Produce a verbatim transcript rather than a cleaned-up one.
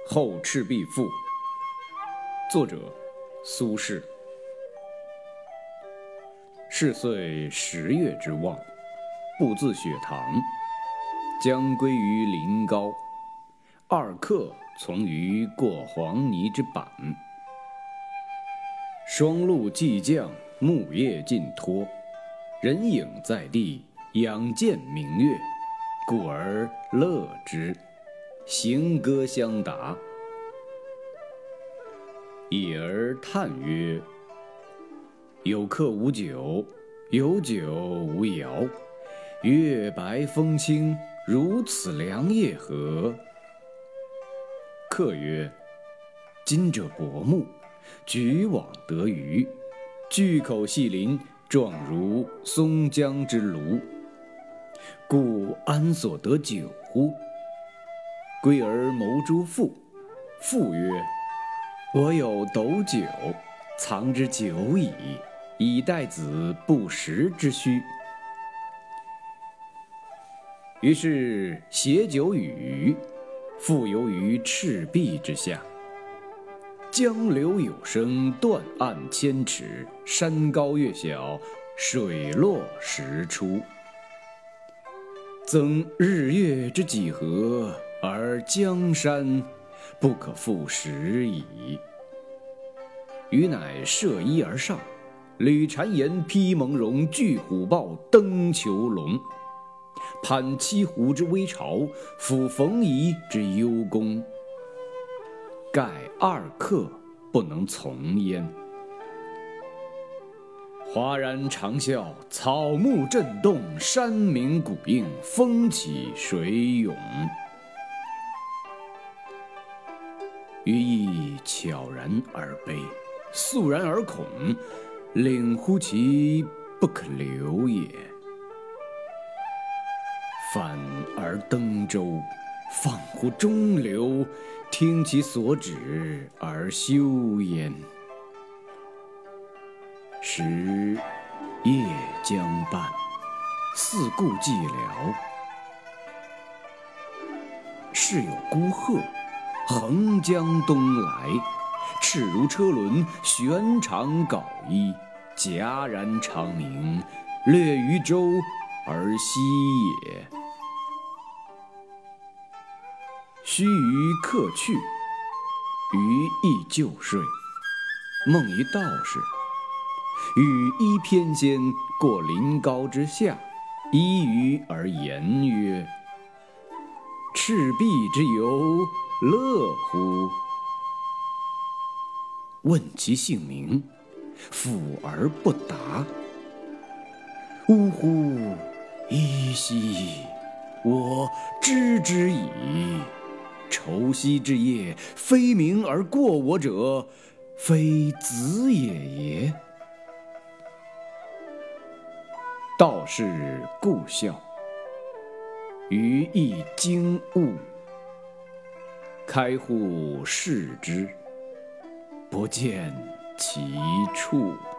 后赤壁赋》，作者苏轼。是岁十月之望，步自雪堂，将归于临高。二客从于过黄泥之坂。霜露既降，木叶尽脱，人影在地，仰见明月，故而乐之，行歌相答。已而叹曰：有客无酒，有酒无肴。月白风清，如此良夜何？客曰：今者薄暮，举网得鱼，巨口细鳞，状如松江之鲈，故安所得酒乎？归而谋诸父。父曰：我有斗酒，藏之久矣，以待子不时之需。于是携酒与鱼，复游于赤壁之下。江流有声，断岸千尺，山高月小，水落石出。增日月之几何，而江山不可复食矣。余乃涉衣而上，履婵岩，披蒙茸，踞虎豹，登虬龙，攀栖湖之危巢，抚冯夷之幽宫。盖二客不能从焉。哗然长啸，草木震动，山鸣谷应，风起水涌。余亦悄然而悲，肃然而恐，领乎其不可留也。反而登舟，放乎中流，听其所止而休焉。时夜将半，四顾寂寥。是有孤鹤横江东来，翅如车轮，悬长缟衣，戛然长鸣，掠于舟而息也。须臾客去，余亦就睡。梦一道士，羽衣翩跹，过临高之下，依于而言曰：赤壁之游，乐乎？问其姓名，抚而不答。呜呼！依稀，我知之矣。愁夕之夜，飞鸣而过我者，非子也耶？道士故笑，余亦惊悟。开户视之，不见其处。